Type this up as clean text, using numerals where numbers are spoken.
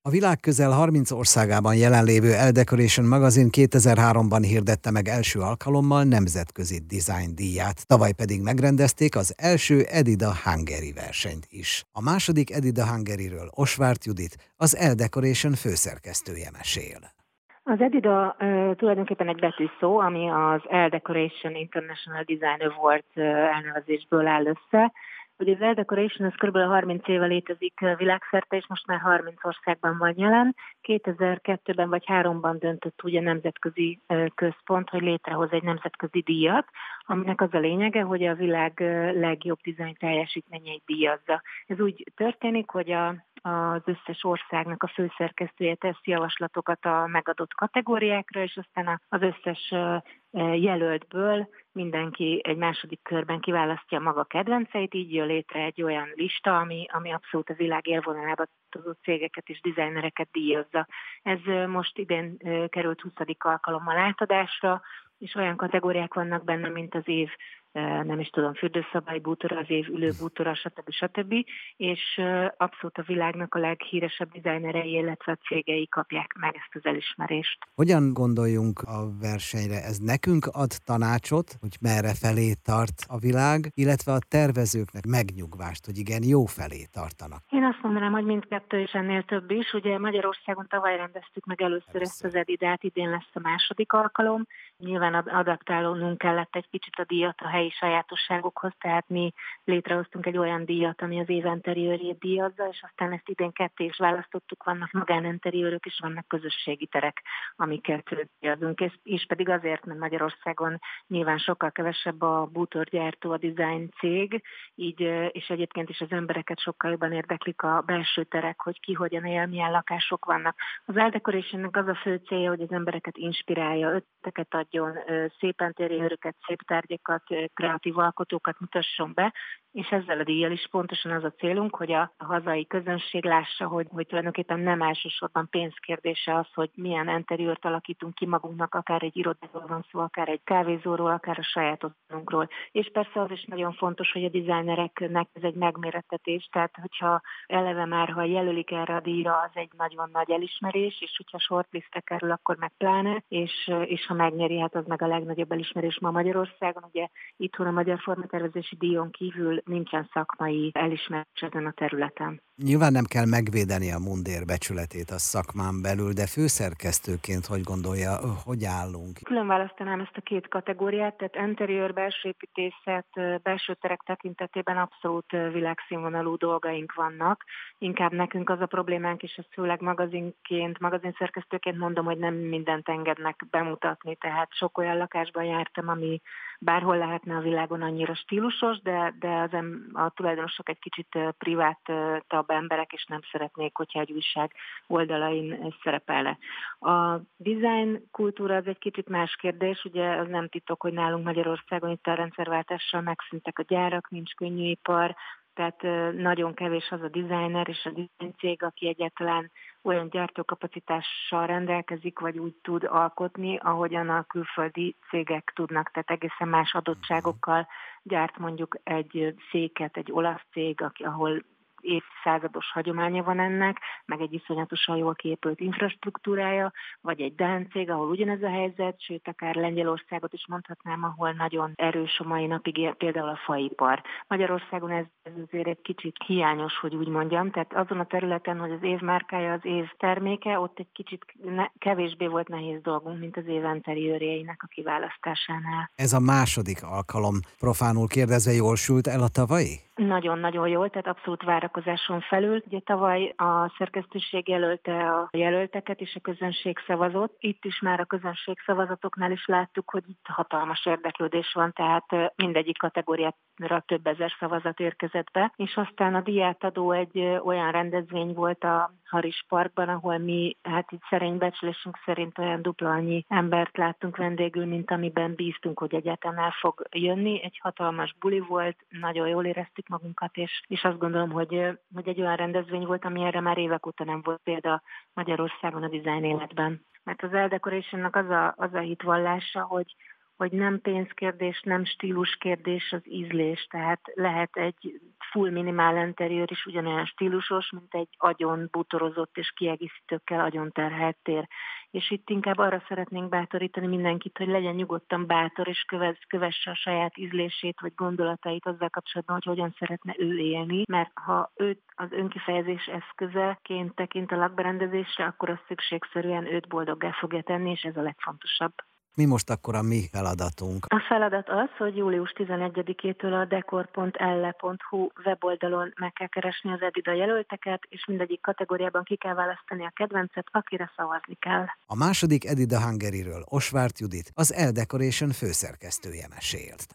A világ közel 30 országában jelenlévő Decoration magazin 2003-ban hirdette meg első alkalommal nemzetközi design díját, tavaly pedig megrendezték az első Edida Hungary versenyt is. A második Edida Hungaryről Osváth Judit, az Decoration főszerkesztője mesél. Az Edida tulajdonképpen egy betűszó, ami az Decoration International Design Awards elnevezésből áll össze. Ugye az Decoration az kb. 30 éve létezik világszerte, és most már 30 országban van jelen. 2002-ben vagy 2003-ban döntött úgy a nemzetközi központ, hogy létrehoz egy nemzetközi díjat, aminek az a lényege, hogy a világ legjobb dizájn teljesítményeit díjazza. Ez úgy történik, hogy az összes országnak a főszerkesztője tesz javaslatokat a megadott kategóriákra, és aztán az összes jelöltből mindenki egy második körben kiválasztja maga kedvenceit, így jön létre egy olyan lista, ami abszolút a világ élvonalába tartozó cégeket és dizájnereket díjazza. Ez most idén került 20. alkalommal átadásra, és olyan kategóriák vannak benne, mint az év, nem is tudom, fürdőszabálybútora, az év ülőbútora, stb. És abszolút a világnak a leghíresebb dizájnerei, illetve a cégei kapják meg ezt az elismerést. Hogyan gondoljunk a versenyre? Ez nekünk ad tanácsot, hogy merre felé tart a világ, illetve a tervezőknek megnyugvást, hogy igen, jó felé tartanak? Én azt mondanám, hogy mindkettő és ennél több is. Ugye Magyarországon tavaly rendeztük meg először ezt az Edidát, idén lesz a második alkalom. Nyilván adaptálódnunk kellett egy kicsit a díjat a helyi sajátosságokhoz, tehát mi létrehoztunk egy olyan díjat, ami az év interiőrjét díjazza, és aztán ezt idén ketté is választottuk, vannak magáninteriőrök és vannak közösségi terek, amiket díjazunk, és pedig azért, mert Magyarországon nyilván sokkal kevesebb a bútorgyártó, a design cég, így, és egyébként is az embereket sokkal jobban érdeklik a belső terek, hogy ki hogyan él, milyen lakások vannak. Az Decorationnek az a fő célja, hogy az embereket inspirálja, ötleteket adjon, szép interiőröket, szép tárgyakat, kreatív alkotókat mutasson be, és ezzel a díjjal is pontosan az a célunk, hogy a hazai közönség lássa, hogy tulajdonképpen nem elsősorban pénzkérdése az, hogy milyen interiőrt alakítunk ki magunknak, akár egy irodáról van szó, akár egy kávézóról, akár a saját otthonunkról. És persze az is nagyon fontos, hogy a dizájnereknek ez egy megmérettetés, tehát hogyha eleve már, ha jelölik erre a díjra, az egy nagyon nagy elismerés, és hogyha shortlistre kerül, akkor meg pláne, és ha megnyeri, hát az meg a legnagyobb elismerés ma Magyarországon. Ugye itthon a Magyar Formatervezési Díjon kívül nincsen szakmai elismerés ezen a területen. Nyilván nem kell megvédeni a mundér becsületét a szakmán belül, de főszerkesztőként hogy gondolja, hogy állunk? Külön választanám ezt a két kategóriát, tehát interiőr, belső építészet, belső terek tekintetében abszolút világszínvonalú dolgaink vannak. Inkább nekünk az a problémánk, és ezt főleg magazinszerkesztőként mondom, hogy nem mindent engednek bemutatni, tehát sok olyan lakásban jártam, ami bárhol lehetne a világon annyira stílusos, de a tulajdonosok egy kicsit privátabb emberek, és nem szeretnék, hogyha egy újság oldalain szerepelne. A design kultúra az egy kicsit más kérdés, ugye az nem titok, hogy nálunk Magyarországon itt a rendszerváltással megszűntek a gyárak, nincs könnyű ipar, tehát nagyon kevés az a designer és a design cég, aki egyáltalán olyan gyártókapacitással rendelkezik, vagy úgy tud alkotni, ahogyan a külföldi cégek tudnak, tehát egészen más adottságokkal gyárt mondjuk egy széket, egy olasz cég, ahol évszázados hagyománya van ennek, meg egy iszonyatosan jól kiépült infrastruktúrája, vagy egy dán cég, ahol ugyanez a helyzet, sőt, akár Lengyelországot is mondhatnám, ahol nagyon erős a mai napig például a faipar. Magyarországon ez azért egy kicsit hiányos, hogy úgy mondjam, tehát azon a területen, hogy az év márkája, az év terméke, ott egy kicsit kevésbé volt nehéz dolgunk, mint az év interiőrjeinek a kiválasztásánál. Ez a második alkalom, profánul kérdezve, jól sült el a tavalyi? Nagyon-nagyon jól, tehát abszolút várakozáson felül. Ugye tavaly a szerkesztőség jelölte a jelölteket, és a közönség szavazott. Itt is már a közönség szavazatoknál is láttuk, hogy itt hatalmas érdeklődés van, tehát mindegyik kategóriára több ezer szavazat érkezett be. És aztán a díjátadó egy olyan rendezvény volt a Haris Parkban, ahol mi, hát így szerény becslésünk szerint olyan dupla annyi embert láttunk vendégül, mint amiben bíztunk, hogy egyáltalán el fog jönni. Egy hatalmas buli volt, nagyon jól éreztük magunkat, és azt gondolom, hogy egy olyan rendezvény volt, ami erre már évek óta nem volt példa Magyarországon a design életben. Mert az Decorationnak az a hitvallása, hogy nem pénzkérdés, nem stíluskérdés az ízlés, tehát lehet egy full minimál interiőr is ugyanolyan stílusos, mint egy agyon bútorozott és kiegészítőkkel agyon terhelt tér. És itt inkább arra szeretnénk bátorítani mindenkit, hogy legyen nyugodtan bátor, és kövesse a saját ízlését vagy gondolatait azzal kapcsolatban, hogy hogyan szeretne ő élni, mert ha őt az önkifejezés eszközeként tekint a lakberendezésre, akkor az szükségszerűen őt boldoggá fogja tenni, és ez a legfontosabb. Mi most akkor a mi feladatunk? A feladat az, hogy július 11-től a decor.elle.hu weboldalon meg kell keresni az Edida jelölteket, és mindegyik kategóriában ki kell választani a kedvencet, akire szavazni kell. A második Edida Hungary-ről Osváth Judit, az Elle Decoration főszerkesztője mesélt.